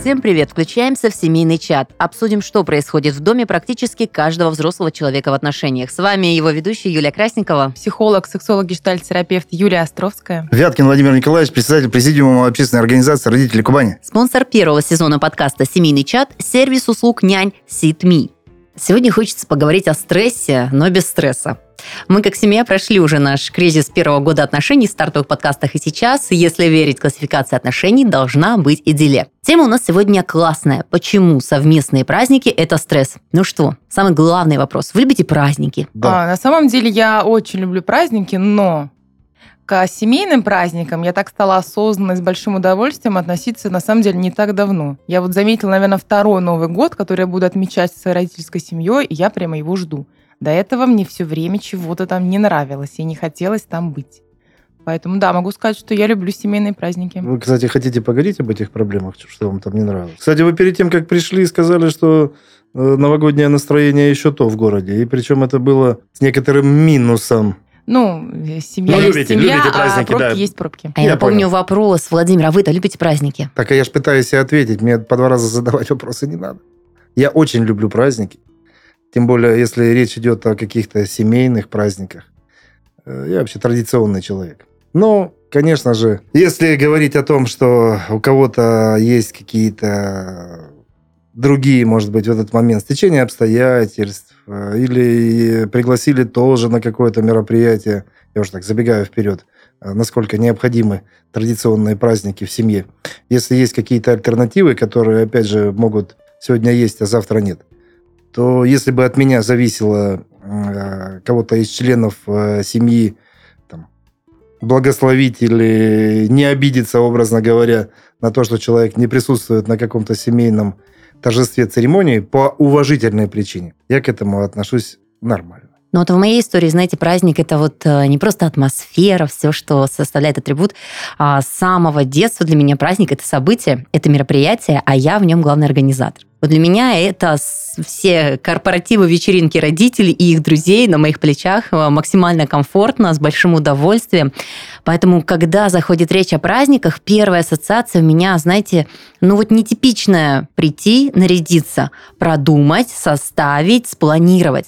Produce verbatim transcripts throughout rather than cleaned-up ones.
Всем привет! Включаемся в семейный чат. Обсудим, что происходит в доме практически каждого взрослого человека в отношениях. С вами его ведущая Юлия Красникова. Психолог, сексолог, гештальт-терапевт Юлия Островская. Вяткин Владимир Николаевич, председатель президиума общественной организации «Родители Кубани». Спонсор первого сезона подкаста «Семейный чат» – сервис услуг нянь Sit.me. Сегодня хочется поговорить о стрессе, но без стресса. Мы как семья прошли уже наш кризис первого года отношений в стартовых подкастах, и сейчас, если верить классификации отношений, должна быть идиллия. Тема у нас сегодня классная. Почему совместные праздники – это стресс? Ну что, самый главный вопрос. Вы любите праздники? Да. А, на самом деле я очень люблю праздники, но к семейным праздникам я так стала осознанно и с большим удовольствием относиться, на самом деле, не так давно. Я вот заметила, наверное, второй Новый год, который я буду отмечать со своей родительской семьей, и я прямо его жду. До этого мне все время чего-то там не нравилось, и не хотелось там быть. Поэтому, да, могу сказать, что я люблю семейные праздники. Вы, кстати, хотите поговорить об этих проблемах, что вам там не нравилось? Кстати, вы перед тем, как пришли, сказали, что новогоднее настроение еще то в городе, и причем это было с некоторым минусом. Ну, семья ну, есть любите, семья, любите праздники, а пробки да. есть пробки. А я, я напомню понял. вопрос. Владимир, а вы-то любите праздники? Так, а я же пытаюсь ответить. Мне по два раза задавать вопросы не надо. Я очень люблю праздники. Тем более, если речь идет о каких-то семейных праздниках. Я вообще традиционный человек. Но, конечно же, если говорить о том, что у кого-то есть какие-то другие, может быть, в этот момент стечение обстоятельств, или пригласили тоже на какое-то мероприятие, я уже так забегаю вперед, насколько необходимы традиционные праздники в семье. Если есть какие-то альтернативы, которые, опять же, могут сегодня есть, а завтра нет, то если бы от меня зависело кого-то из членов семьи там, благословить или не обидеться, образно говоря, на то, что человек не присутствует на каком-то семейном торжестве церемонии по уважительной причине, я к этому отношусь нормально. Ну вот в моей истории, знаете, праздник – это вот не просто атмосфера, все, что составляет атрибут. А с самого детства для меня праздник – это событие, это мероприятие, а я в нем главный организатор. Вот для меня это все корпоративы, вечеринки родителей и их друзей на моих плечах максимально комфортно, с большим удовольствием. Поэтому, когда заходит речь о праздниках, первая ассоциация у меня, знаете, ну вот нетипичная – прийти, нарядиться, продумать, составить, спланировать.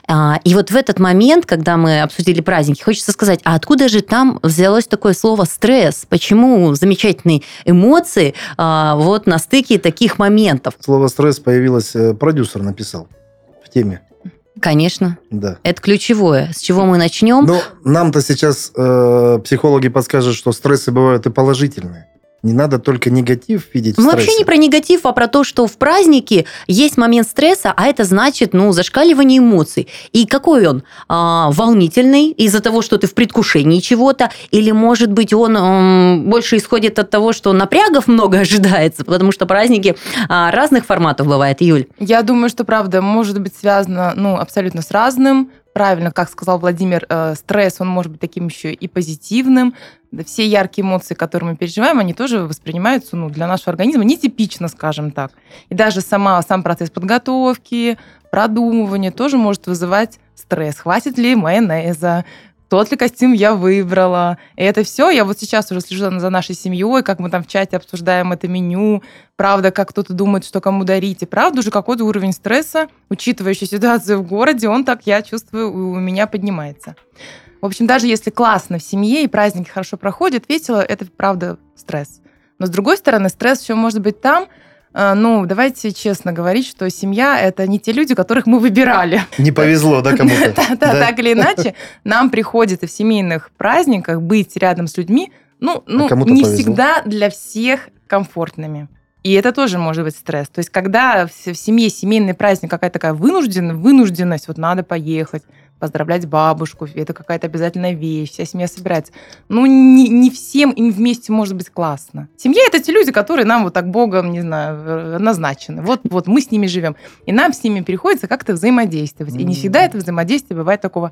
И вот в этот момент, когда мы обсудили праздники, хочется сказать, а откуда же там взялось такое слово «стресс»? Почему замечательные эмоции вот на стыке таких моментов? Слово «стресс» появилось, продюсер написал в теме. Конечно. Да. Это ключевое. С чего мы начнем? Но нам-то сейчас э, психологи подскажут, что стрессы бывают и положительные. Не надо только негатив видеть в Мы стрессе. вообще не про негатив, а про то, что в празднике есть момент стресса, а это значит, ну, зашкаливание эмоций. И какой он? А, волнительный из-за того, что ты в предвкушении чего-то, или, может быть, он м, больше исходит от того, что напрягов много ожидается, потому что праздники а, разных форматов бывает, Юль. Я думаю, что, правда, может быть связано, ну, абсолютно с разным. Правильно, как сказал Владимир, э, стресс, он может быть таким еще и позитивным. Да, все яркие эмоции, которые мы переживаем, они тоже воспринимаются, ну, для нашего организма нетипично, скажем так. И даже сама, сам процесс подготовки, продумывания тоже может вызывать стресс. Хватит ли майонеза? Тот ли костюм я выбрала? И это все. Я вот сейчас уже слежу за нашей семьей, как мы там в чате обсуждаем это меню. Правда, как кто-то думает, что кому дарить. И правда, уже какой-то уровень стресса, учитывая еще ситуацию в городе, он так, я чувствую, у меня поднимается. В общем, даже если классно в семье и праздники хорошо проходят, весело, это правда стресс. Но с другой стороны, стресс еще может быть там, ну, давайте честно говорить, что семья – это не те люди, которых мы выбирали. Не повезло, да, кому-то? Да, так или иначе, нам приходится в семейных праздниках быть рядом с людьми, ну, ну не всегда для всех комфортными. И это тоже может быть стресс. То есть, когда в семье семейный праздник, какая-то такая вынужденность, вынужденность, вот надо поехать, поздравлять бабушку, это какая-то обязательная вещь, вся семья собирается. Ну, не, не всем им вместе может быть классно. Семья – это те люди, которые нам вот так Богом, не знаю, назначены. Вот, вот мы с ними живем. И нам с ними приходится как-то взаимодействовать. И не всегда это взаимодействие бывает такого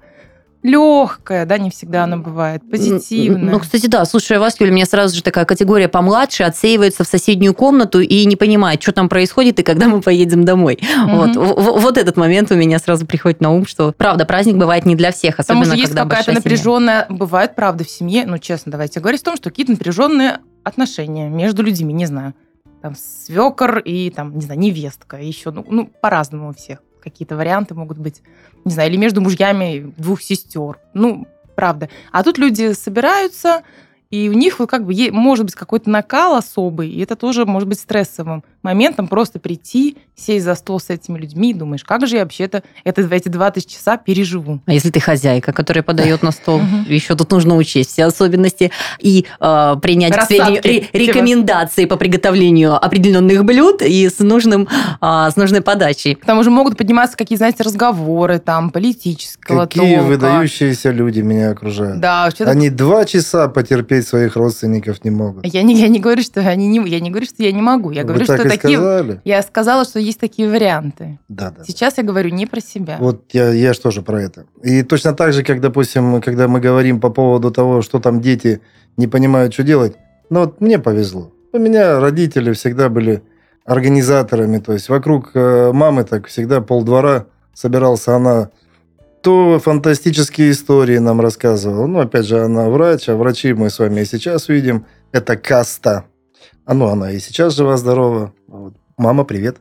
легкое, да, не всегда оно бывает, позитивное. Ну, кстати, да, слушая вас, Юля, у меня сразу же такая категория помладше отсеивается в соседнюю комнату и не понимает, что там происходит и когда мы поедем домой. Mm-hmm. Вот, в, вот этот момент у меня сразу приходит на ум, что, правда, праздник бывает не для всех, особенно Потому что когда есть какая-то напряженная, бывает, правда, в семье, ну, честно, давайте говорить о том, что какие-то напряженные отношения между людьми, не знаю. там свекор и там, не знаю, невестка, еще, ну, ну по-разному у всех. Какие-то варианты могут быть, не знаю, или между мужьями двух сестер. Ну, правда. А тут люди собираются, и у них вот как бы е- может быть какой-то накал особый, и это тоже может быть стрессовым моментом просто прийти, сесть за стол с этими людьми, и думаешь, как же я вообще-то это, эти два-три часа переживу. А если ты хозяйка, которая подает на стол, еще тут нужно учесть все особенности и э, принять к сведению ре- рекомендации по приготовлению определенных блюд и с, нужным, э, с нужной подачей. К тому же могут подниматься какие, знаете, разговоры там политического Какие толка. выдающиеся люди меня окружают. Да, что-то... Они два часа потерпеть своих родственников не могут. Я не, я не говорю, что они не, я не говорю, что я не могу. Я Вы говорю, так что и такие. сказали. Я сказала, что есть такие варианты. Да, да. Сейчас я говорю не про себя. Вот я, я же тоже про это. И точно так же, как, допустим, когда мы говорим по поводу того, что там дети не понимают, что делать, ну вот мне повезло. У меня родители всегда были организаторами, то есть вокруг мамы так всегда полдвора собирался, она то фантастические истории нам рассказывала. Ну, опять же, она врач, а врачи мы с вами и сейчас видим. Это каста. А ну, она и сейчас жива-здорова. Вот. Мама, привет.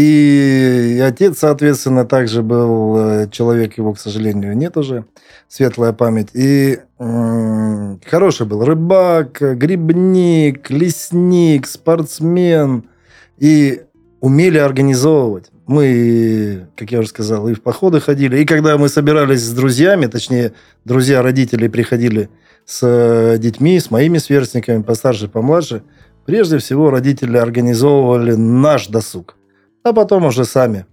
И отец, соответственно, также был человек, его, к сожалению, нет уже, светлая память. И м- хороший был рыбак, грибник, лесник, спортсмен. И умели организовывать. Мы, как я уже сказал, и в походы ходили. И когда мы собирались с друзьями, точнее, друзья родителей приходили с детьми, с моими сверстниками, постарше, помладше, прежде всего родители организовывали наш досуг. А потом уже сами.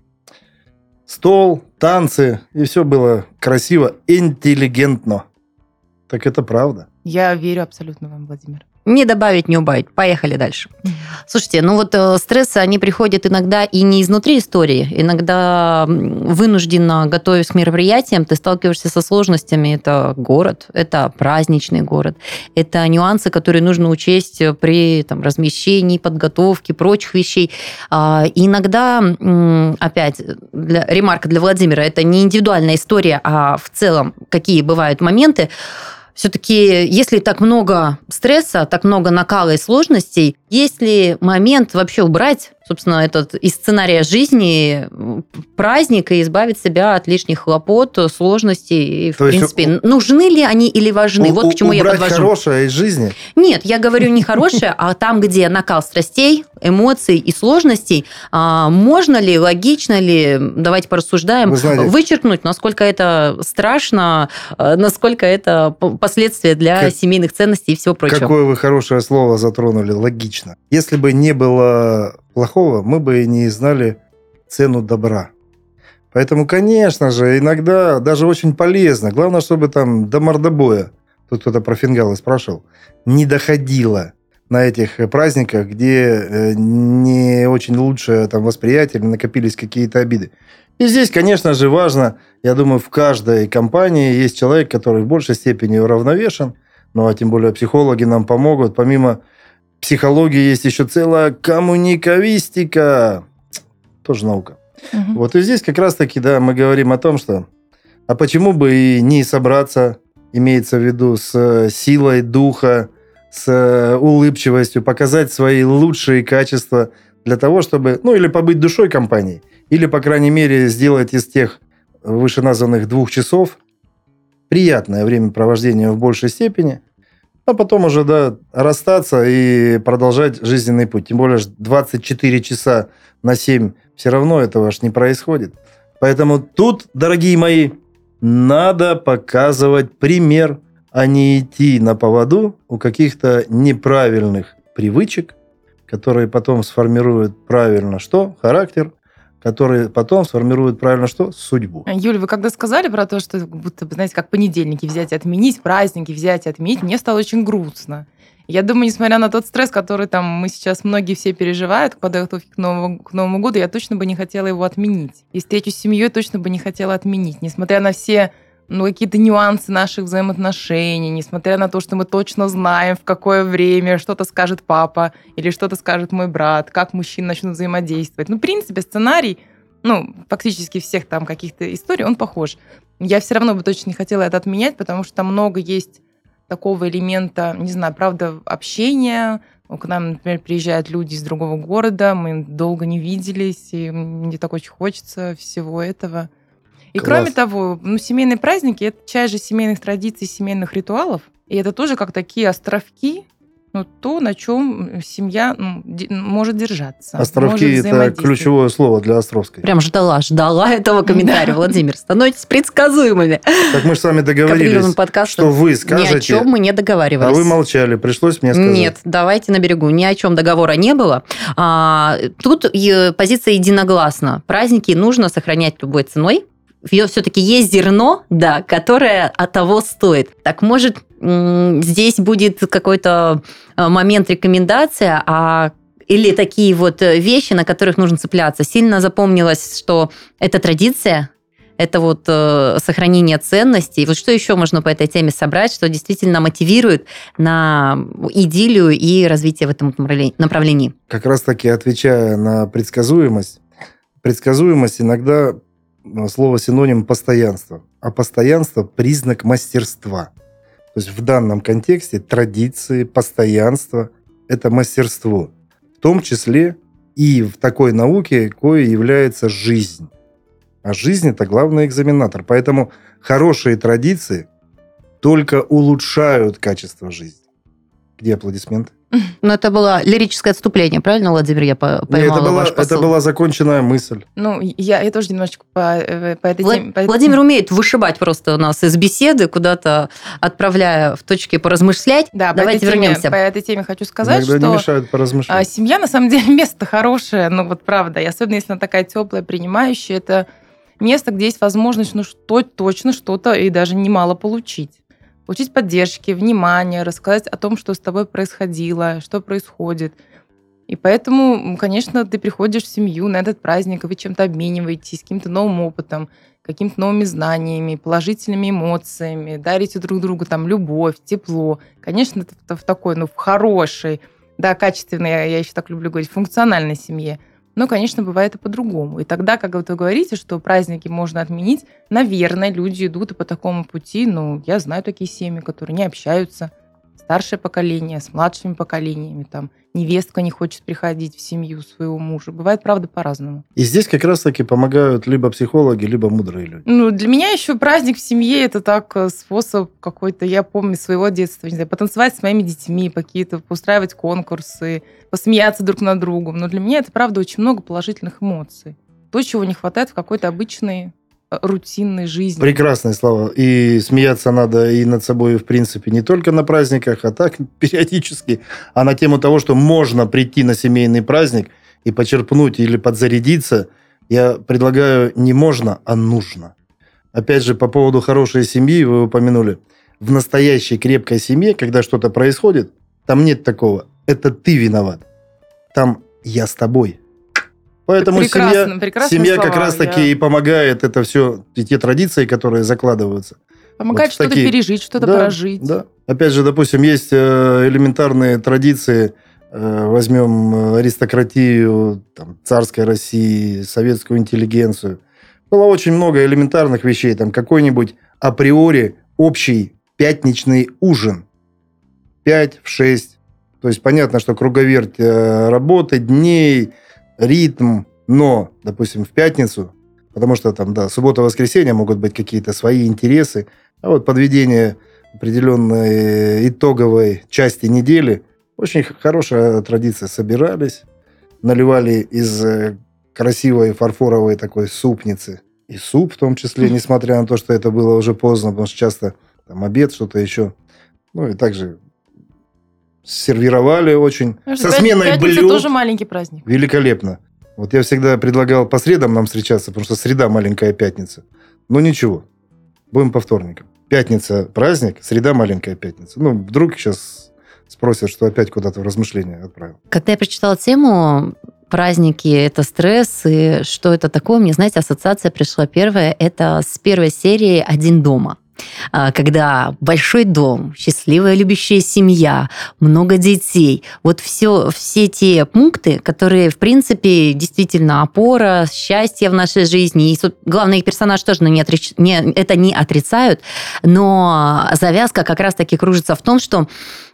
Стол, танцы, и все было красиво, интеллигентно. Так это правда. Я верю абсолютно вам, Владимир. Не добавить, не убавить. Поехали дальше. Слушайте, ну вот э, стрессы, они приходят иногда и не изнутри истории. Иногда вынужденно, готовясь к мероприятиям, ты сталкиваешься со сложностями. Это город, это праздничный город, это нюансы, которые нужно учесть при там, размещении, подготовке, прочих вещей. А, и иногда, опять, для, ремарка для Владимира, это не индивидуальная история, а в целом какие бывают моменты. Все-таки, если так много стресса, так много накала и сложностей, есть ли момент вообще убрать, собственно, этот из сценария жизни праздник и избавить себя от лишних хлопот, сложностей? И, в То принципе, есть, нужны ли они или важны? У, вот к чему я подвожу. Убрать хорошее из жизни? Нет, я говорю не хорошее, а там, где накал страстей, эмоций и сложностей, можно ли, логично ли, давайте порассуждаем, знаете, вычеркнуть, насколько это страшно, насколько это последствия для как, семейных ценностей и всего прочего. Какое вы хорошее слово затронули, логично. Если бы не было плохого, мы бы и не знали цену добра. Поэтому, конечно же, иногда даже очень полезно. Главное, чтобы там до мордобоя, тут кто-то про фингалы спрашивал, не доходило на этих праздниках, где не очень лучшее там восприятие, накопились какие-то обиды. И здесь, конечно же, важно, я думаю, в каждой компании есть человек, который в большей степени уравновешен, ну, а тем более психологи нам помогут. Помимо психологии есть еще целая коммуникавистика, тоже наука. Угу. Вот и здесь как раз-таки, да, мы говорим о том, что а почему бы и не собраться, имеется в виду, с силой духа, с улыбчивостью, показать свои лучшие качества для того, чтобы, ну, или побыть душой компании, или, по крайней мере, сделать из тех вышеназванных двух часов приятное времяпровождение в большей степени, а потом уже, да, расстаться и продолжать жизненный путь. Тем более двадцать четыре часа на семь все равно этого аж не происходит. Поэтому тут, дорогие мои, надо показывать пример, а не идти на поводу у каких-то неправильных привычек, которые потом сформируют правильно что? Характер, которые потом сформируют правильно что? Судьбу. Юль, вы когда сказали про то, что будто бы, знаете, как понедельники взять и отменить, праздники взять и отменить, мне стало очень грустно. Я думаю, несмотря на тот стресс, который там мы сейчас многие все переживают к подготовке к Новому, к Новому году, я точно бы не хотела его отменить. И встречу с семьей точно бы не хотела отменить. Несмотря на все ну, какие-то нюансы наших взаимоотношений, несмотря на то, что мы точно знаем, в какое время что-то скажет папа или что-то скажет мой брат, как мужчины начнут взаимодействовать. Ну, в принципе, сценарий, ну, фактически всех там каких-то историй, он похож. Я все равно бы точно не хотела это отменять, потому что там много есть такого элемента, не знаю, правда, общения. К нам, например, приезжают люди из другого города, мы долго не виделись, и мне так очень хочется всего этого. И Класс. кроме того, ну, семейные праздники – это часть же семейных традиций, семейных ритуалов. И это тоже как такие островки, ну, то, на чем семья ну, д- может держаться. Островки – может это взаимодействовать. ключевое слово для Островской. Прям ждала, ждала этого комментария, Да. Владимир. Становитесь предсказуемыми. Так мы же с вами К договорились, определенному подкасту. что вы Ни о скажете, чем мы не договаривались. а вы молчали, пришлось мне сказать. Нет, давайте на берегу. Ни о чем договора не было. А, тут е- позиция единогласна. Праздники нужно сохранять любой ценой. Все-таки есть зерно, да, которое от того стоит. Так, может, м, здесь будет какой-то э, момент рекомендация, а или такие вот вещи, на которых нужно цепляться. Сильно запомнилось, что это традиция, это вот э, сохранение ценностей. Вот что еще можно по этой теме собрать, что действительно мотивирует на идиллию и развитие в этом направлении? Как раз-таки отвечая на предсказуемость, предсказуемость иногда слово синоним постоянства, а постоянство – признак мастерства. То есть в данном контексте традиции, постоянство – это мастерство. В том числе и в такой науке, кое является жизнь. А жизнь – это главный экзаменатор. Поэтому хорошие традиции только улучшают качество жизни. Где аплодисменты? Ну, это было лирическое отступление, правильно, Владимир? Я по- Нет, поймала это, была, ваш посыл. это была законченная мысль. Ну, я, я тоже немножечко по, э, по этой Вла- теме... по этой Владимир теме- умеет вышибать просто нас из беседы, куда-то отправляя в точки поразмышлять. Да, по Давайте этой теме- вернемся. по этой теме хочу сказать, Иногда что... не мешают А, поразмышлять. семья, на самом деле, место хорошее, ну вот правда. И особенно, если она такая теплая, принимающая, это место, где есть возможность, ну что, точно что-то и даже немало получить. Получить поддержки, внимание, рассказать о том, что с тобой происходило, что происходит. И поэтому, конечно, ты приходишь в семью на этот праздник, и вы чем-то обмениваетесь, каким-то новым опытом, какими-то новыми знаниями, положительными эмоциями, дарите друг другу там любовь, тепло. Конечно, это в такой, ну, в хорошей, да, качественной, я еще так люблю говорить, функциональной семье. Но, конечно, бывает и по-другому. И тогда, как вот вы говорите, что праздники можно отменить, наверное, люди идут и по такому пути. Ну, я знаю такие семьи, которые не общаются. Старшее поколение с младшими поколениями. Там невестка не хочет приходить в семью своего мужа. Бывает, правда, по-разному. И здесь как раз-таки помогают либо психологи, либо мудрые люди. Ну, для меня еще праздник в семье – это так способ какой-то, я помню, своего детства, не знаю, потанцевать с моими детьми, какие-то, устраивать конкурсы, посмеяться друг над другом. Но для меня это, правда, очень много положительных эмоций. То, чего не хватает в какой-то обычной рутинной жизни. Прекрасные слова. И смеяться надо и над собой, в принципе, не только на праздниках, а так периодически. А на тему того, что можно прийти на семейный праздник и почерпнуть или подзарядиться, я предлагаю не можно, а нужно. Опять же, по поводу хорошей семьи, вы упомянули. В настоящей крепкой семье, когда что-то происходит, там нет такого. Это ты виноват. Там я с тобой. Поэтому Прекрасно, семья, прекрасные семья слова. как раз-таки Я- и помогает это все, и те традиции, которые закладываются. Помогает вот что-то такие- пережить, что-то Да, прожить. Да. Опять же, допустим, есть э, элементарные традиции. Э, Возьмем аристократию там, царской России, советскую интеллигенцию. Было очень много элементарных вещей. Там какой-нибудь априори общий пятничный ужин. Пять в шесть. То есть понятно, что круговерть э, работы, дней, ритм. Но, допустим, в пятницу, потому что там, да, суббота-воскресенье могут быть какие-то свои интересы, а вот подведение определенной итоговой части недели, очень хорошая традиция. Собирались, наливали из э, красивой фарфоровой такой супницы. И суп в том числе, несмотря на то, что это было уже поздно, потому что часто там обед, что-то еще. Ну и также сервировали очень. Потому Со что пят- сменой пятница блюд. тоже маленький праздник. Великолепно. Вот я всегда предлагал по средам нам встречаться, потому что среда маленькая пятница. Но ничего, будем по вторникам. Пятница праздник, среда маленькая пятница. Ну, вдруг сейчас спросят, что опять куда-то в размышления отправил. Когда я прочитала тему праздники – это стресс, и что это такое, мне, знаете, ассоциация пришла первая. Это с первой серии «Один дома». когда большой дом, счастливая любящая семья, много детей, вот все, все те пункты, которые, в принципе, действительно опора, счастье в нашей жизни, и главный персонаж тоже не отреч... не, это не отрицают, но завязка как раз-таки кружится в том, что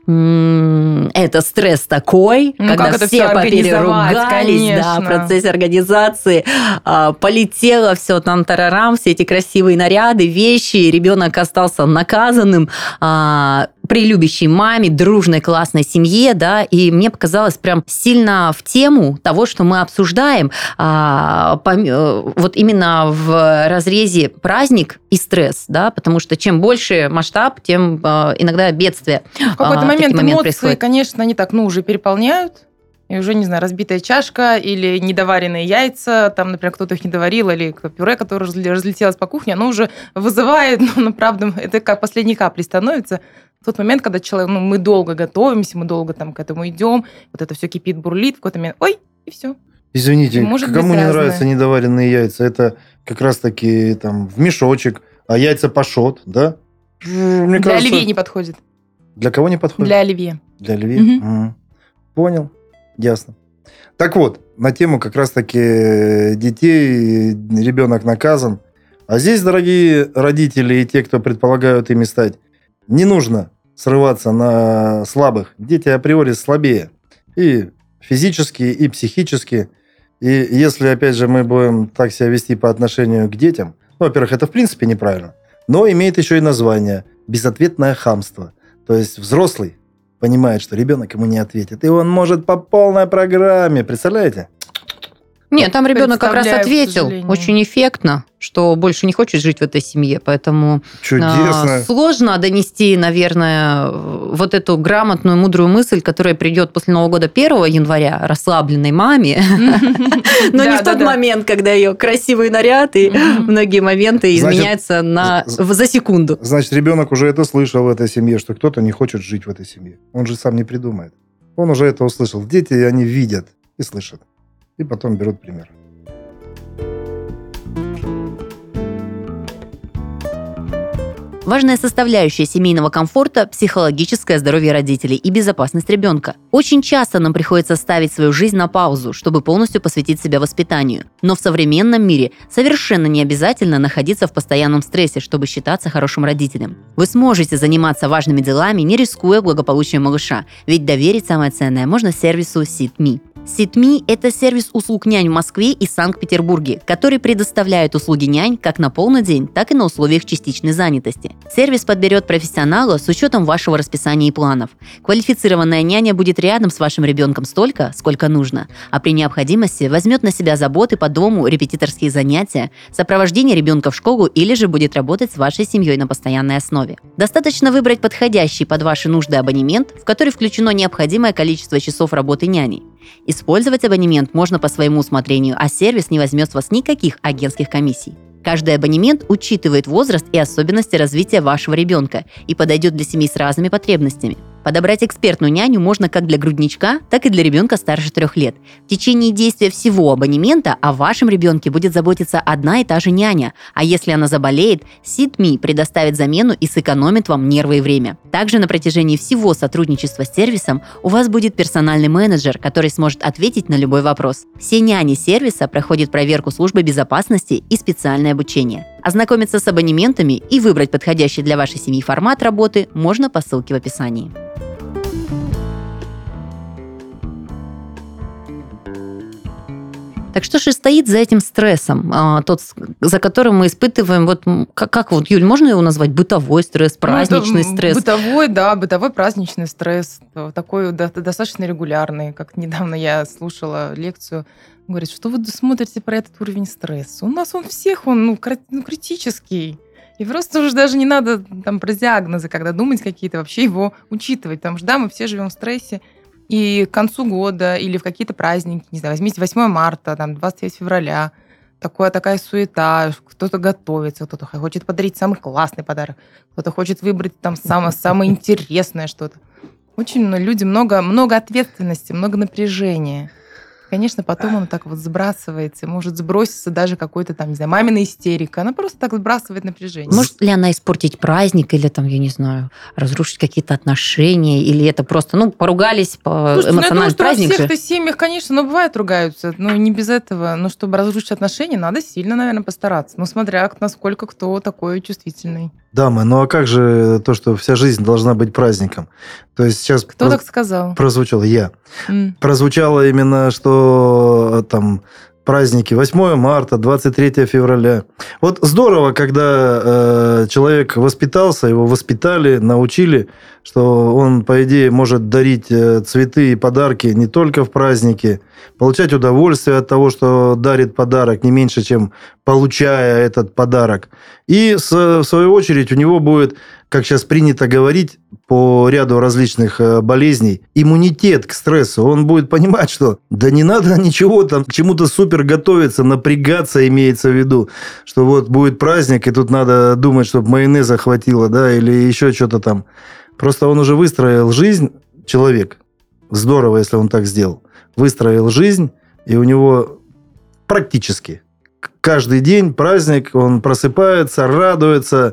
это стресс такой, ну, когда все, все попереругались, да, в процессе организации, а, полетело все там тарарам, все эти красивые наряды, вещи, ребенок остался наказанным а, при любящей маме, дружной классной семье, да, и мне показалось прям сильно в тему того, что мы обсуждаем, а, по, вот именно в разрезе праздник и стресс, да, потому что чем больше масштаб, тем а, иногда бедствие. В какой-то момент эмоции, происходит. Конечно, они так, ну, уже переполняют, и уже, не знаю, разбитая чашка или недоваренные яйца, там, например, кто-то их не доварил, или пюре, которое разлетелось по кухне, оно уже вызывает, ну, ну правда, это как последней каплей становится. В тот момент, когда человек, ну, мы долго готовимся, мы долго там к этому идем, вот это все кипит, бурлит, в какой-то момент, ой, и все. Извините, кому не нравятся недоваренные яйца, это как раз-таки там в мешочек, а яйца пашот, да? Мне Для кажется... оливье не подходит. Для кого не подходит? Для оливье. Для оливье? Угу. Угу. Понял. Ясно. Так вот, на тему как раз-таки детей, ребенок наказан. А здесь, дорогие родители и те, кто предполагают ими стать, не нужно срываться на слабых. Дети априори слабее. И физически, и психически. И если, опять же, мы будем так себя вести по отношению к детям, ну, во-первых, это в принципе неправильно, но имеет еще и название «безответное хамство». То есть взрослый понимает, что ребенок ему не ответит. И он может по полной программе. Представляете? Нет, там ребенок как раз ответил очень эффектно, что больше не хочет жить в этой семье. Поэтому чудесно. Сложно донести, наверное, вот эту грамотную, мудрую мысль, которая придет после Нового года первого января расслабленной маме. Но не в тот момент, когда ее красивый наряд и многие моменты изменяются за секунду. Значит, ребенок уже это слышал в этой семье, что кто-то не хочет жить в этой семье. Он же сам не придумает. Он уже это услышал. Дети, они видят и слышат. И потом берут пример. Важная составляющая семейного комфорта – психологическое здоровье родителей и безопасность ребенка. Очень часто нам приходится ставить свою жизнь на паузу, чтобы полностью посвятить себя воспитанию. Но в современном мире совершенно не обязательно находиться в постоянном стрессе, чтобы считаться хорошим родителем. Вы сможете заниматься важными делами, не рискуя благополучием малыша, ведь доверить самое ценное можно сервису SitMe. SitMe – это сервис услуг нянь в Москве и Санкт-Петербурге, который предоставляет услуги нянь как на полный день, так и на условиях частичной занятости. Сервис подберет профессионала с учетом вашего расписания и планов. Квалифицированная няня будет рядом с вашим ребенком столько, сколько нужно, а при необходимости возьмет на себя заботы по дому, репетиторские занятия, сопровождение ребенка в школу или же будет работать с вашей семьей на постоянной основе. Достаточно выбрать подходящий под ваши нужды абонемент, в который включено необходимое количество часов работы няней. Использовать абонемент можно по своему усмотрению, а сервис не возьмет с вас никаких агентских комиссий. Каждый абонемент учитывает возраст и особенности развития вашего ребенка и подойдет для семей с разными потребностями. Подобрать экспертную няню можно как для грудничка, так и для ребенка старше трех лет. В течение действия всего абонемента о вашем ребенке будет заботиться одна и та же няня, а если она заболеет, SitMe предоставит замену и сэкономит вам нервы и время. Также на протяжении всего сотрудничества с сервисом у вас будет персональный менеджер, который сможет ответить на любой вопрос. Все няни сервиса проходят проверку службы безопасности и специальное обучение. Ознакомиться с абонементами и выбрать подходящий для вашей семьи формат работы можно по ссылке в описании. Так что же стоит за этим стрессом, тот, за которым мы испытываем, вот как, как вот, Юль, можно его назвать бытовой стресс, праздничный ну, стресс? Бытовой, да, бытовой праздничный стресс, такой достаточно регулярный. Как недавно я слушала лекцию, говорит, что вы смотрите про этот уровень стресса. У нас он всех, он ну, ну, критический. И просто уже даже не надо там про диагнозы, когда думать какие-то, вообще его учитывать. Потому что да, мы все живем в стрессе. И к концу года или в какие-то праздники, не знаю, возьмите восьмое марта, там, двадцать третьего февраля, такое, такая суета, кто-то готовится, кто-то хочет подарить самый классный подарок, кто-то хочет выбрать там самое, самое интересное что-то. Очень ну, люди, много, много ответственности, много напряжения. Конечно, потом он так вот сбрасывается, может сброситься даже какой-то там, не знаю, мамина истерика. Она просто так сбрасывает напряжение. Может ли она испортить праздник или там, я не знаю, разрушить какие-то отношения, или это просто, ну, поругались по Слушайте, ну, я думаю, эмоциональный что праздник во же? всех-то семьях, конечно, ну, бывает ругаются, но не без этого. Но чтобы разрушить отношения, надо сильно, наверное, постараться. Ну, смотря насколько кто такой чувствительный. Дамы, ну а как же то, что вся жизнь должна быть праздником? То есть сейчас Кто проз- так сказал? прозвучало я. М. Прозвучало именно, что там праздники восьмое марта, двадцать третье февраля. Вот здорово, когда э, человек воспитался, его воспитали, научили, что он, по идее, может дарить э, цветы и подарки не только в праздники, получать удовольствие от того, что дарит подарок, не меньше, чем получая этот подарок. И, с, в свою очередь, у него будет, как сейчас принято говорить, по ряду различных э, болезней, иммунитет к стрессу. Он будет понимать, что да не надо ничего там к чему-то супер готовиться, напрягаться имеется в виду, что вот будет праздник, и тут надо думать, чтобы майонеза хватило, да, или еще что-то там. Просто он уже выстроил жизнь, человек, здорово, если он так сделал, выстроил жизнь, и у него практически каждый день праздник, он просыпается, радуется,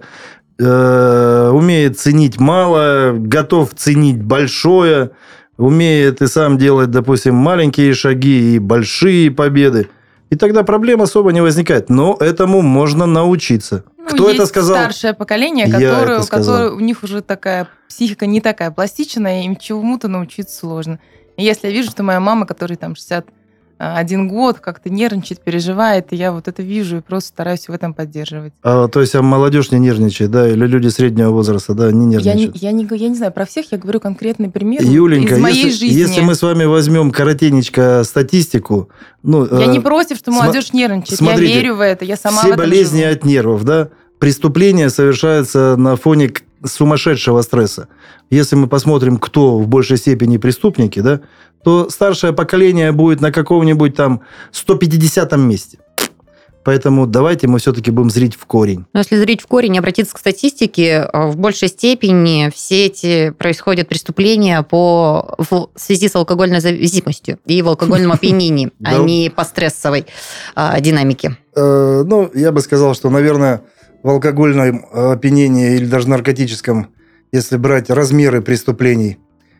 э, умеет ценить малое, готов ценить большое, умеет и сам делать, допустим, маленькие шаги и большие победы. И тогда проблем особо не возникает. Но этому можно научиться. Ну, Кто есть это сказал? Старшее поколение, Я которое, это сказал. которое, у них уже такая психика не такая пластичная, им чему-то научиться сложно. И если я вижу, что моя мама, которой там шестьдесят один год, как-то нервничает, переживает, и я вот это вижу и просто стараюсь в этом поддерживать. А, то есть, а молодежь не нервничает, да? Или люди среднего возраста, да, не Я не, нервничают? я, не, я не знаю про всех, я говорю конкретный пример Юленька, из моей если, жизни. если мы с вами возьмем коротенечко статистику... Ну, Я э, не против, что сма- молодежь нервничает. смотрите, я верю в это, я сама в все этом болезни живу. от нервов, да? Преступления совершаются на фоне к- сумасшедшего стресса. Если мы посмотрим, кто в большей степени преступники, да, то старшее поколение будет на каком-нибудь там сто пятидесятом месте. Поэтому давайте мы все-таки будем зрить в корень. Но если зрить в корень и обратиться к статистике, в большей степени все эти происходят преступления по, в связи с алкогольной зависимостью и в алкогольном опьянении, а Да. не по стрессовой а, динамике. Э, ну, я бы сказал, что, наверное, в алкогольном опьянении или даже наркотическом, если брать размеры преступлений,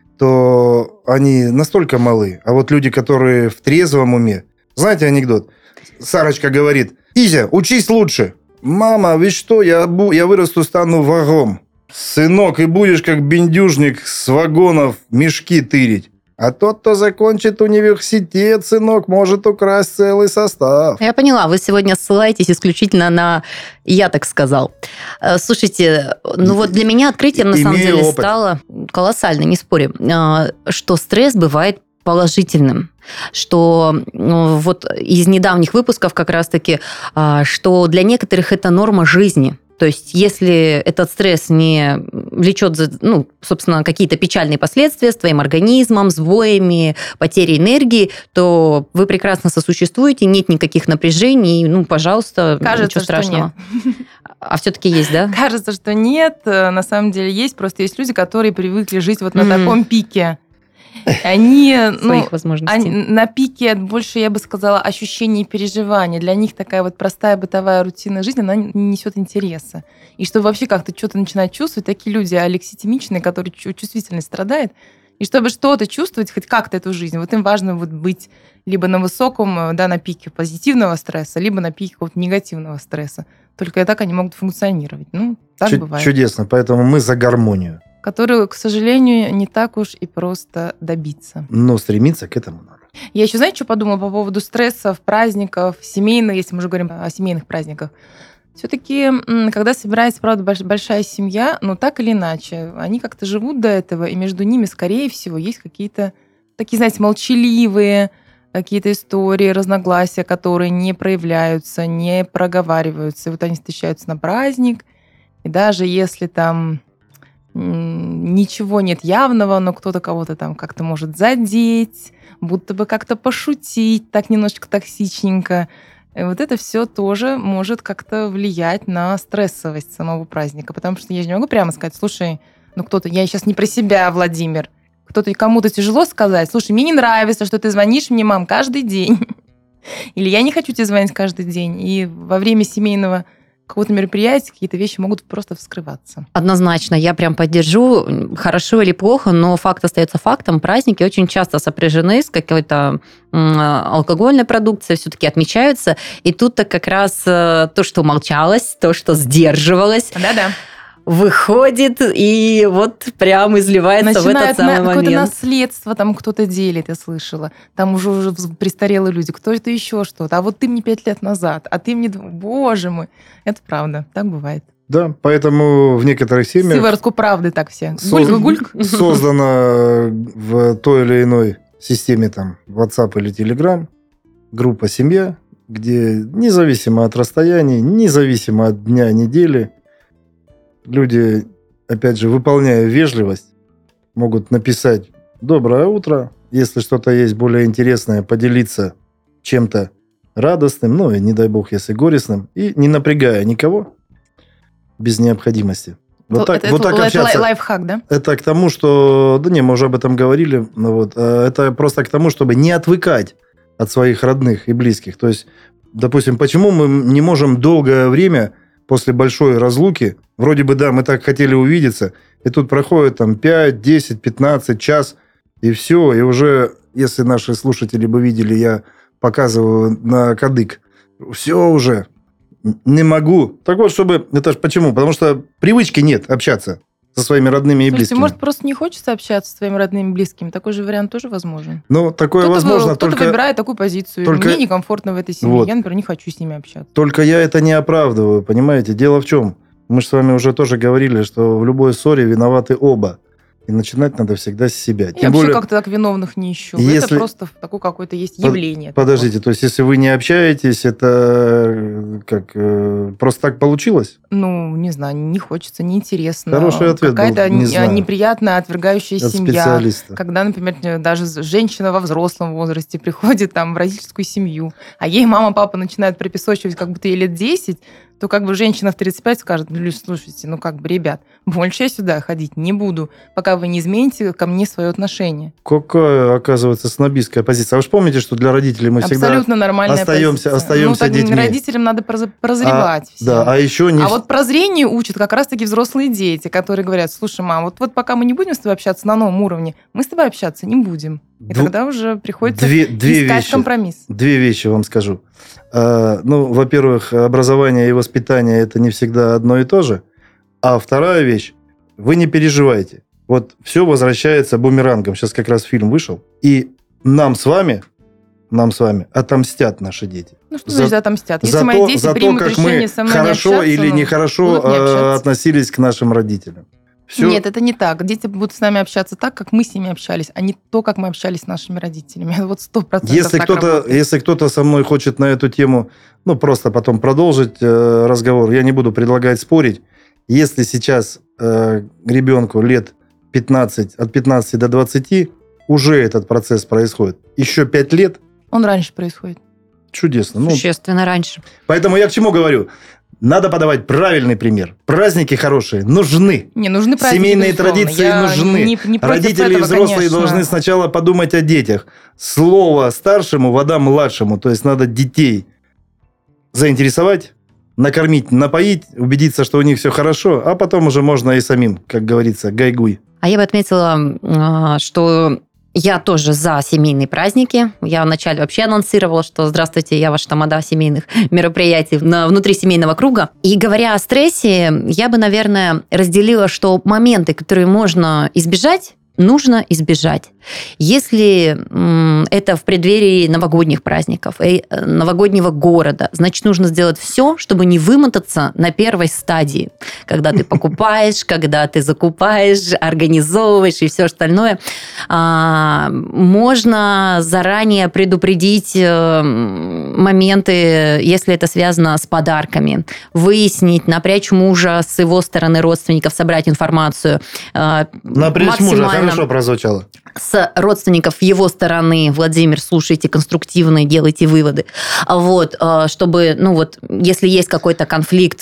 то они настолько малы. А вот люди, которые в трезвом уме... Знаете анекдот? Сарочка говорит: «Изя, учись лучше». «Мама, вы что, я, бу- я вырасту, стану вагом». «Сынок, и будешь как бендюжник с вагонов мешки тырить». «А тот, кто закончит университет, сынок, может украсть целый состав». Я поняла, вы сегодня ссылаетесь исключительно на «я так сказал». Э, Слушайте, ну вот для меня открытием на самом Имею деле опыт. стало колоссально, не спорю, э, что стресс бывает положительным, что ну, вот из недавних выпусков как раз-таки, а, что для некоторых это норма жизни. То есть, если этот стресс не влечет, за, ну, собственно, какие-то печальные последствия с твоим организмом, сбоями, потерей энергии, то вы прекрасно сосуществуете, нет никаких напряжений, ну, пожалуйста, Кажется, ничего что страшного. А все-таки есть, да? Кажется, что нет, э, на самом деле есть, просто есть люди, которые привыкли жить вот на Мгм. таком пике. Они, ну, Своих возможностей. они на пике больше, я бы сказала, ощущений и переживаний. Для них такая вот простая бытовая рутина жизни, она не несет интереса. И чтобы вообще как-то что-то начинать чувствовать, такие люди алекситимичные, которые чу- чувствительность страдает, и чтобы что-то чувствовать, хоть как-то эту жизнь, вот им важно вот быть либо на высоком, да, на пике позитивного стресса, либо на пике какого-то негативного стресса. Только так они могут функционировать. Ну, так Чу- бывает. Чудесно, поэтому мы за гармонию. Которую, к сожалению, не так уж и просто добиться. Но стремиться к этому надо. Я еще, знаете, что подумала по поводу стрессов, праздников, семейных, если мы уже говорим о семейных праздниках. Все-таки, когда собирается, правда, больш- большая семья, ну, так или иначе, они как-то живут до этого, и между ними, скорее всего, есть какие-то такие, знаете, молчаливые какие-то истории, разногласия, которые не проявляются, не проговариваются. И вот они встречаются на праздник, и даже если там м, ничего нет явного, но кто-то кого-то там как-то может задеть, будто бы как-то пошутить, так немножечко токсичненько. И вот это все тоже может как-то влиять на стрессовость самого праздника. Потому что я же не могу прямо сказать: слушай, ну кто-то, я сейчас не про себя, Владимир, кто-то, кому-то тяжело сказать, слушай, мне не нравится, что ты звонишь мне, мам, каждый день. Или я не хочу тебе звонить каждый день. И во время семейного какого-то мероприятия какие-то вещи могут просто вскрываться. Однозначно, я прям поддержу, хорошо или плохо, но факт остается фактом. Праздники очень часто сопряжены с какой-то алкогольной продукцией, все-таки отмечаются. И тут-то как раз то, что умолчалось, то, что сдерживалось, Да-да. выходит и вот прям изливается начинает в этот самый на, момент. Какое-то наследство там кто-то делит, я слышала. Там уже, уже престарелые люди, кто-то еще что-то. А вот ты мне пять лет назад, а ты мне... Боже мой. Это правда, так бывает. Да, поэтому в некоторых семьях... Сыворотку правды так все. Со- Гульк-гульк. Создана в той или иной системе, там, WhatsApp или Telegram, группа «Семья», где независимо от расстояний, независимо от дня, недели, люди, опять же, выполняя вежливость, могут написать «Доброе утро», если что-то есть более интересное, поделиться чем-то радостным, ну и, не дай бог, если горестным, и не напрягая никого без необходимости. Вот так, это, вот так это общаться. лайфхак, да? Это к тому, что... Да не, мы уже об этом говорили. Но вот, это просто к тому, чтобы не отвыкать от своих родных и близких. То есть, допустим, почему мы не можем долгое время после большой разлуки, вроде бы, да, мы так хотели увидеться, и тут проходит там пять, десять, пятнадцать, час, и все, и уже, если наши слушатели бы видели, я показываю на кадык, все уже, не могу. Так вот, чтобы... Это ж почему? Потому что привычки нет общаться со своими родными и Слушайте, близкими. может, просто не хочется общаться с своими родными и близкими? Такой же вариант тоже возможен. Ну, такое Кто-то, возможно, кто-то только... выбирает такую позицию. только- Мне некомфортно в этой семье. Вот. Я, например, не хочу с ними общаться. Только я это не оправдываю, понимаете? Дело в чем? Мы же с вами уже тоже говорили, что в любой ссоре виноваты оба. И начинать надо всегда с себя. Я Тем вообще более... как-то так виновных не ищу. Если- Это просто такое какое-то есть Под- явление. Подождите, то есть если вы не общаетесь, это э, как э, просто так получилось? Ну, не знаю, не хочется, неинтересно. Хороший ответ был, Какая-то не не- знаю. неприятная, отвергающая От семья. специалиста. Когда, например, даже женщина во взрослом возрасте приходит там в родительскую семью, а ей мама, папа начинают припесочивать, как будто ей лет десять, то как бы женщина в тридцать пять скажет, ну, слушайте, ну как бы, ребят, больше я сюда ходить не буду, пока вы не измените ко мне свое отношение. Какая, оказывается, снобистская позиция. А вы же помните, что для родителей мы всегда... Абсолютно нормальная остаемся- позиция. остаемся ну, так детьми. Родителям надо проз- прозревать. А, всем. да, а еще не... А вот прозрению учат как раз-таки взрослые дети, которые говорят, слушай, мам, вот, вот пока мы не будем с тобой общаться на новом уровне, мы с тобой общаться не будем. И Дву- тогда уже приходится две, две искать вещи. компромисс. Две вещи вам скажу. А, ну, во-первых, образование и воспитание – это не всегда одно и то же. А вторая вещь – вы не переживайте. Вот все возвращается бумерангом. Сейчас как раз фильм вышел. И нам с вами, нам с вами отомстят наши дети. Ну, что За- значит отомстят? Если за мои то, дети за то, примут как решение мы со мной хорошо не общаться, или ну, нехорошо будут не э, общаться. относились к нашим родителям. Все. Нет, это не так. Дети будут с нами общаться так, как мы с ними общались, а не то, как мы общались с нашими родителями. Это вот сто процентов Если так кто-то, работает. если кто-то со мной хочет на эту тему, ну, просто потом продолжить э, разговор, я не буду предлагать спорить. Если сейчас э, ребенку лет пятнадцать, от пятнадцати до двадцати, уже этот процесс происходит. Еще пять лет Он раньше происходит. чудесно. Ну, Существенно раньше. поэтому я к чему говорю? Надо подавать правильный пример. Праздники хорошие нужны. Не, нужны праздники, Семейные безусловно. традиции Я нужны. не- не против Родители и этого, взрослые конечно. должны сначала подумать о детях. Слово старшему, вода младшему. То есть надо детей заинтересовать, накормить, напоить, убедиться, что у них все хорошо, а потом уже можно и самим, как говорится, гайгуй. А я бы отметила, а, что я тоже за семейные праздники. Я вначале вообще анонсировала, что здравствуйте, я ваш тамада семейных мероприятий на, внутри семейного круга. И говоря о стрессе, я бы, наверное, разделила, что моменты, которые можно избежать, нужно избежать. Если м, это в преддверии новогодних праздников, э, новогоднего города, значит, нужно сделать все, чтобы не вымотаться на первой стадии, когда ты покупаешь, когда ты закупаешь, организовываешь и все остальное. А, можно заранее предупредить э, моменты, если это связано с подарками, выяснить, напрячь мужа с его стороны родственников, собрать информацию. э, Напрячь мужа максимально- хорошо прозвучало. с родственников его стороны. Владимир, слушайте конструктивно, делайте выводы. Вот, чтобы, ну вот, если есть какой-то конфликт,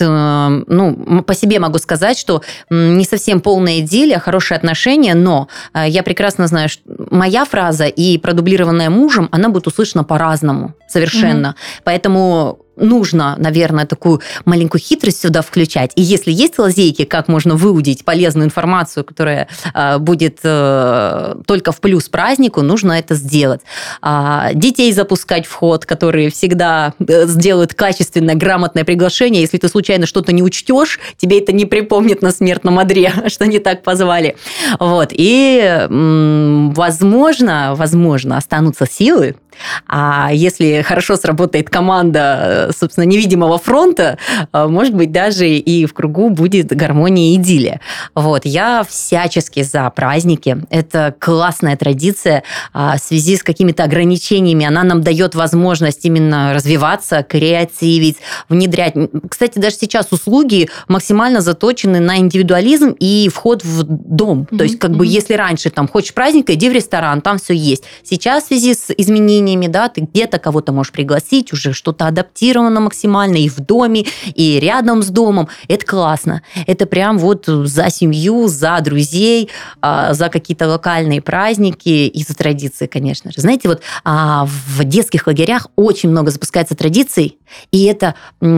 ну, по себе могу сказать, что не совсем полная идиллия, хорошие отношения, но я прекрасно знаю, что моя фраза и продублированная мужем, она будет услышана по-разному совершенно. Mm-hmm. Поэтому нужно, наверное, такую маленькую хитрость сюда включать. И если есть лазейки, как можно выудить полезную информацию, которая э, будет э, только в плюс празднику, нужно это сделать. А, детей запускать в ход, которые всегда сделают качественное, грамотное приглашение. Если ты случайно что-то не учтешь, тебе это не припомнит на смертном одре, что не так позвали. Вот. И, м- возможно, возможно, останутся силы. А если хорошо сработает команда, собственно, невидимого фронта, может быть, даже и в кругу будет гармония и идиллия. Вот. Я всячески за праздники. Это классная традиция. В связи с какими-то ограничениями она нам дает возможность именно развиваться, креативить, внедрять. Кстати, даже сейчас услуги максимально заточены на индивидуализм и вход в дом. Mm-hmm. То есть, как mm-hmm. бы, если раньше там хочешь праздника, иди в ресторан, там все есть. Сейчас в связи с изменениями, да, ты где-то кого-то можешь пригласить, уже что-то адаптировано максимально и в доме, и рядом с домом. Это классно. Это прям вот за семью, за друзей, за какие-то локальные праздники и за традиции, конечно же. Знаете, вот в детских лагерях очень много запускается традиций, и это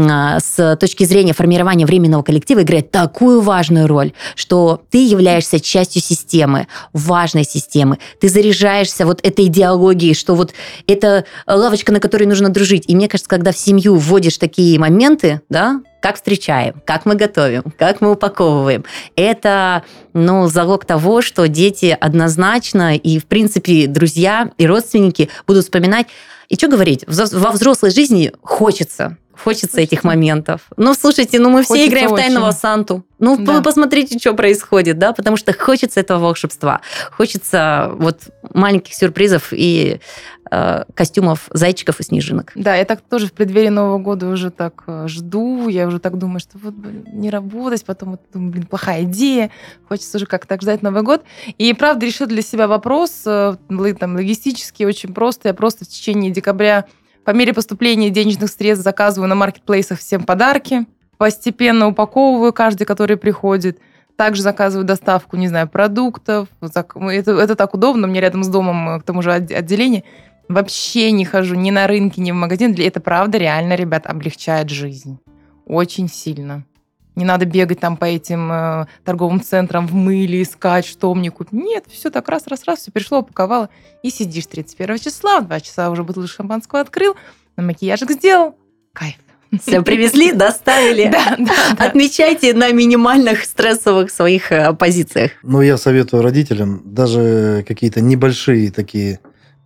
с точки зрения формирования временного коллектива играет такую важную роль, что ты являешься частью системы, важной системы. Ты заряжаешься вот этой идеологией, что вот это лавочка, на которой нужно дружить. И мне кажется, когда в семью вводишь такие моменты, да, как встречаем, как мы готовим, как мы упаковываем, это, ну, залог того, что дети однозначно и, в принципе, друзья и родственники будут вспоминать. И что говорить, во взрослой жизни хочется. Хочется этих моментов. Ну, слушайте, ну мы хочется все играем очень в Тайного Санту. Ну, да. Вы посмотрите, что происходит, да, потому что хочется этого волшебства. Хочется вот маленьких сюрпризов и э, костюмов зайчиков и снежинок. Да, я так тоже в преддверии Нового года уже так жду, я уже так думаю, что вот, блин, не работать, потом вот, думаю, блин, плохая идея, хочется уже как-то так ждать Новый год. И, правда, решила для себя вопрос, там, логистический, очень просто. Я просто в течение декабря по мере поступления денежных средств заказываю на маркетплейсах всем подарки, постепенно упаковываю каждый, который приходит. Также заказываю доставку, не знаю, продуктов. Это, это так удобно, у меня рядом с домом, к тому же, отделение. Вообще не хожу ни на рынки, ни в магазин. Это правда реально, ребят, облегчает жизнь. Очень сильно. Не надо бегать там по этим э, торговым центрам в мыле, искать, что мне купить. Нет, все так раз-раз-раз, все пришло, упаковала. И сидишь тридцать первого числа, в два часа уже бутылку шампанского открыл, на макияжик сделал. Кайф. Все привезли, доставили. Да, да, да. Отмечайте на минимальных стрессовых своих позициях. Ну, я советую родителям даже какие-то небольшие такие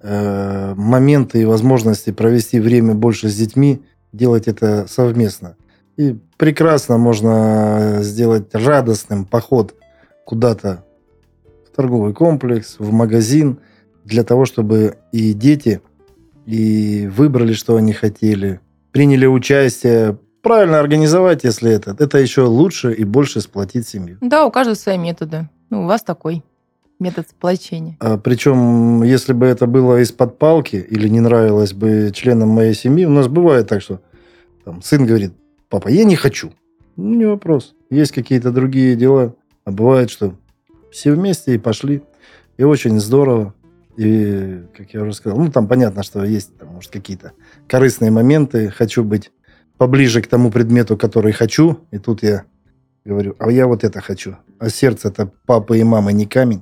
э, моменты и возможности провести время больше с детьми, делать это совместно. И прекрасно можно сделать радостным поход куда-то в торговый комплекс, в магазин, для того, чтобы и дети и выбрали, что они хотели, приняли участие. Правильно организовать, если это. Это еще лучше и больше сплотит семью. Да, у каждого свои методы. Ну, у вас такой метод сплочения. А, причем, если бы это было из-под палки или не нравилось бы членам моей семьи, у нас бывает так, что там, сын говорит: папа, я не хочу. Ну, не вопрос. Есть какие-то другие дела. А бывает, что все вместе и пошли. И очень здорово. И, как я уже сказал, ну, там понятно, что есть, там, может, какие-то корыстные моменты. Хочу быть поближе к тому предмету, который хочу. И тут я говорю: а я вот это хочу. А сердце-то папы и мамы не камень.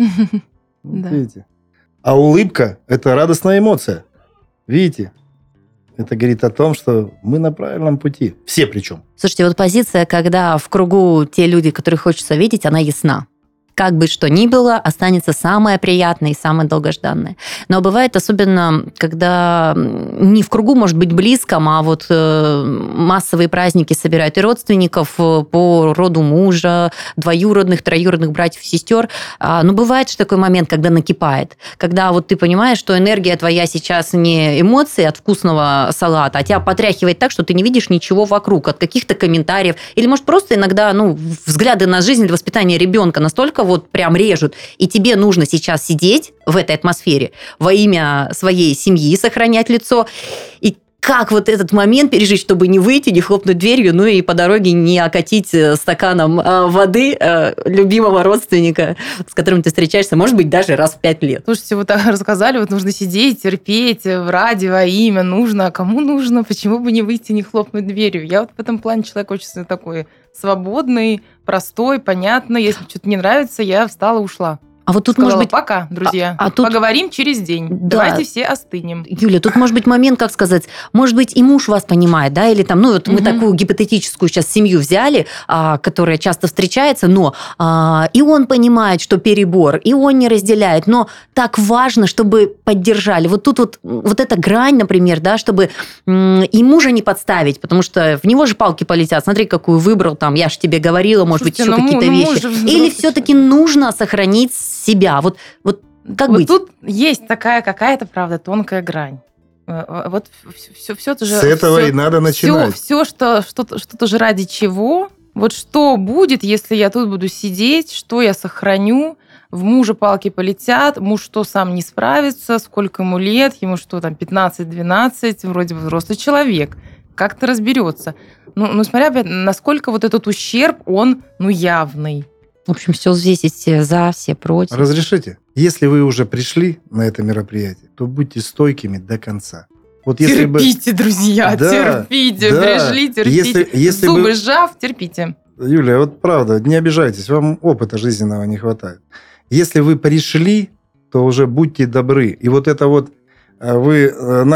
Видите? А улыбка – это радостная эмоция. Видите? Это говорит о том, что мы на правильном пути. Все причем. Слушайте, вот позиция, когда в кругу те люди, которых хочется видеть, она ясна. Как бы что ни было, останется самое приятное и самое долгожданное. Но бывает особенно, когда не в кругу, может быть, близком, а вот массовые праздники собирают и родственников по роду мужа, двоюродных, троюродных братьев и сестер. Но бывает же такой момент, когда накипает. Когда вот ты понимаешь, что энергия твоя сейчас не эмоции от вкусного салата, а тебя потряхивает так, что ты не видишь ничего вокруг, от каких-то комментариев. Или, может, просто иногда ну, взгляды на жизнь или воспитание ребенка настолько вот прям режут, и тебе нужно сейчас сидеть в этой атмосфере во имя своей семьи, сохранять лицо, и как вот этот момент пережить, чтобы не выйти, не хлопнуть дверью, ну и по дороге не окатить стаканом воды любимого родственника, с которым ты встречаешься, может быть, даже раз в пять лет. Слушайте, вы так рассказали, вот нужно сидеть, терпеть, ради, во имя, нужно. А кому нужно? Почему бы не выйти, не хлопнуть дверью? Я вот в этом плане человек очень такой свободный, простой, понятный. Если что-то не нравится, я встала, ушла. А вот тут, Сказала, может быть... пока, друзья. А, а тут... Поговорим через день. Да. Давайте все остынем. Юля, тут может быть момент, как сказать, может быть, и муж вас понимает, да, или там, ну, вот угу. мы такую гипотетическую сейчас семью взяли, а, которая часто встречается, но а, и он понимает, что перебор, и он не разделяет, но так важно, чтобы поддержали. Вот тут вот, вот эта грань, например, да, чтобы м- и мужа не подставить, потому что в него же палки полетят. Смотри, какую выбрал, там, я же тебе говорила, может Слушайте, быть, еще ну, какие-то ну, вещи. Или все-таки нужно сохранить себя. Вот, вот как вот быть? Тут есть такая какая-то, правда, тонкая грань. Вот все, все тоже... С этого все, и надо начинать. Все, все что, что, что-то же ради чего. Вот что будет, если я тут буду сидеть, что я сохраню, в мужа палки полетят, муж что, сам не справится, сколько ему лет, ему что, там, пятнадцать-двенадцать, вроде бы взрослый человек, как-то разберется. Ну, ну, смотря, насколько вот этот ущерб, он, ну, явный. В общем, все здесь есть все за, все против. Разрешите? Если вы уже пришли на это мероприятие, то будьте стойкими до конца. Вот если терпите, бы... друзья, да, терпите, да. Пришли, терпите. Если, если Зубы бы... сжав, терпите. Юля, вот правда, не обижайтесь, вам опыта жизненного не хватает. Если вы пришли, то уже будьте добры. И вот это вот вы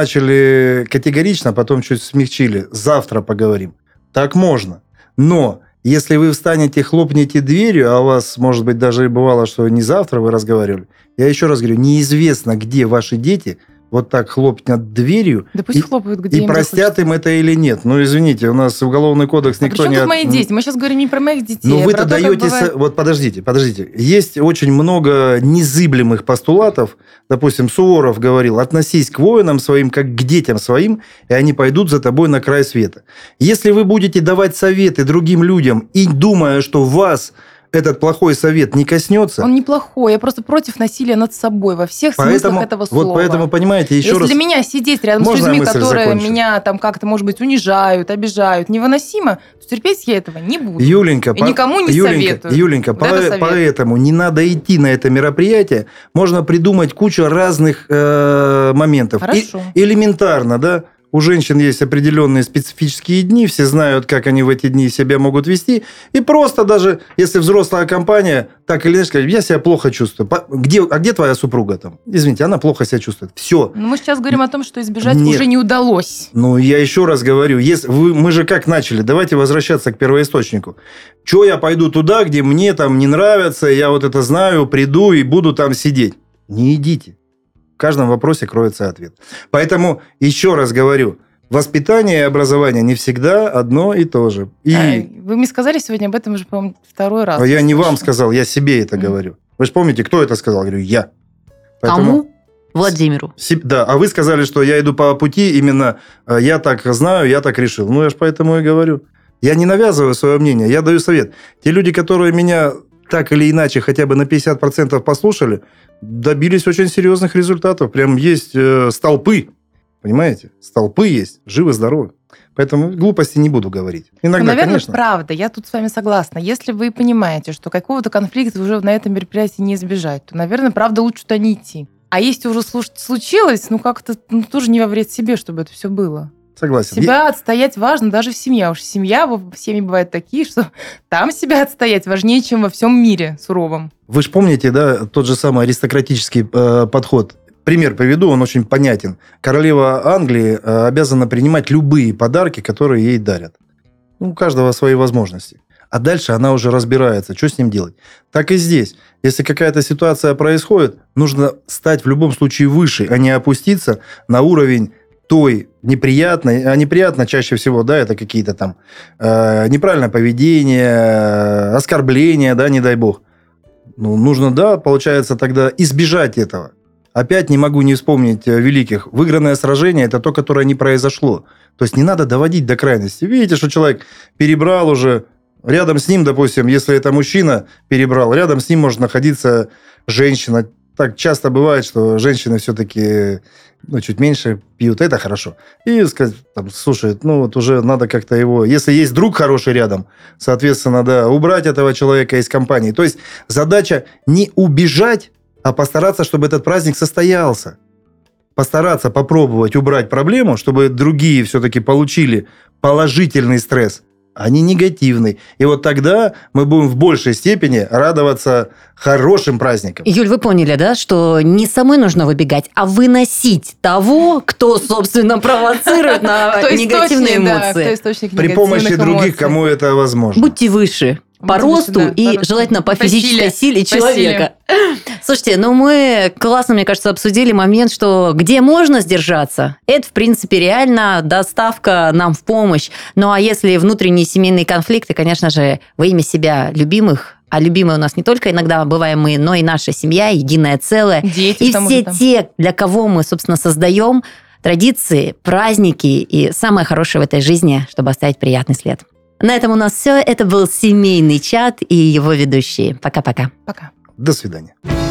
начали категорично, потом чуть смягчили. Завтра поговорим. Так можно. Но если вы встанете, хлопнете дверью, а у вас, может быть, даже и бывало, что не завтра вы разговаривали, я еще раз говорю, неизвестно, где ваши дети вот так хлопнут дверью, да пусть и, хлопают, где и простят захочется. им это или нет. Ну, извините, у нас уголовный кодекс а никто не... А мои дети? Мы сейчас говорим не про моих детей. Ну, а вы-то то, даете... бывает... Вот подождите, подождите. Есть очень много незыблемых постулатов. Допустим, Суворов говорил, относись к воинам своим, как к детям своим, и они пойдут за тобой на край света. Если вы будете давать советы другим людям и думая, что вас этот плохой совет не коснется... Он неплохой, я просто против насилия над собой во всех поэтому, смыслах этого слова. Вот поэтому, понимаете, еще Если раз... для меня сидеть рядом Можно с людьми, которые закончу? меня там как-то, может быть, унижают, обижают, невыносимо, то терпеть я этого не буду. Юленька, и по... никому не Юленька, советую. Юленька, вот по... поэтому не надо идти на это мероприятие. Можно придумать кучу разных э, моментов. Хорошо. И, элементарно, да? У женщин есть определенные специфические дни, все знают, как они в эти дни себя могут вести. И просто даже, если взрослая компания, так или иначе, я себя плохо чувствую. Где, а где твоя супруга там? Извините, она плохо себя чувствует. Все. Но мы сейчас говорим о том, что избежать Нет. уже не удалось. Ну, я еще раз говорю, если вы, мы же как начали, давайте возвращаться к первоисточнику. Че я пойду туда, где мне там не нравится, я вот это знаю, приду и буду там сидеть? Не идите. В каждом вопросе кроется ответ. Поэтому, еще раз говорю, воспитание и образование не всегда одно и то же. И... А, вы мне сказали сегодня об этом уже, по-моему, второй раз. А я не вам сказал, я себе это mm. говорю. Вы же помните, кто это сказал? Я говорю, я. Поэтому... Кому? Владимиру. Да, а вы сказали, что я иду по пути, именно я так знаю, я так решил. Ну, я же поэтому и говорю. Я не навязываю свое мнение, я даю совет. Те люди, которые меня так или иначе хотя бы на пятьдесят процентов послушали, добились очень серьезных результатов. Прям есть э, столпы, понимаете? Столпы есть, живы-здоровы. Поэтому глупости не буду говорить. Иногда, ну, наверное, конечно. правда, я тут с вами согласна. Если вы понимаете, что какого-то конфликта уже на этом мероприятии не избежать, то, наверное, правда, лучше туда не идти. А если уже случилось, ну как-то ну, тоже не во вред себе, чтобы это все было. Согласен. Себя Я... отстоять важно даже в семье. Уж семья, в семье бывают такие, что там себя отстоять важнее, чем во всем мире суровом. Вы же помните, да, тот же самый аристократический э, подход. Пример приведу, он очень понятен. Королева Англии э, обязана принимать любые подарки, которые ей дарят. У каждого свои возможности. А дальше она уже разбирается, что с ним делать. Так и здесь. Если какая-то ситуация происходит, нужно стать в любом случае выше, а не опуститься на уровень той неприятной, а неприятно чаще всего, да, это какие-то там э, неправильное поведение, оскорбления, да, не дай бог. Ну, нужно, да, получается тогда избежать этого. Опять не могу не вспомнить великих. Выигранное сражение – это то, которое не произошло. То есть не надо доводить до крайности. Видите, что человек перебрал уже, Рядом с ним, допустим, если это мужчина перебрал, рядом с ним может находиться женщина. Так часто бывает, что женщины все-таки ну, чуть меньше пьют, это хорошо. И сказать, там, слушай, ну вот уже надо как-то его... Если есть друг хороший рядом, соответственно, да, убрать этого человека из компании. То есть задача не убежать, а постараться, чтобы этот праздник состоялся. Постараться попробовать убрать проблему, чтобы другие все-таки получили положительный стресс, а не негативный. И вот тогда мы будем в большей степени радоваться хорошим праздникам. Юль, вы поняли, да, что не самой нужно выбегать, а выносить того, кто, собственно, провоцирует на негативные эмоции. При помощи других, кому это возможно. Будьте выше. По Будьте росту выше, да, и по желательно по, по физической силе, силе человека. Силе. Слушайте, ну мы классно, мне кажется, обсудили момент, что где можно сдержаться, это, в принципе, реально доставка нам в помощь. Ну а если внутренние семейные конфликты, конечно же, во имя себя любимых, а любимые у нас не только иногда бываем мы, но и наша семья, единое целое. Дети, и все те, для кого мы, собственно, создаем традиции, праздники и самое хорошее в этой жизни, чтобы оставить приятный след. На этом у нас все. Это был семейный чат и его ведущие. Пока-пока. Пока. До свидания.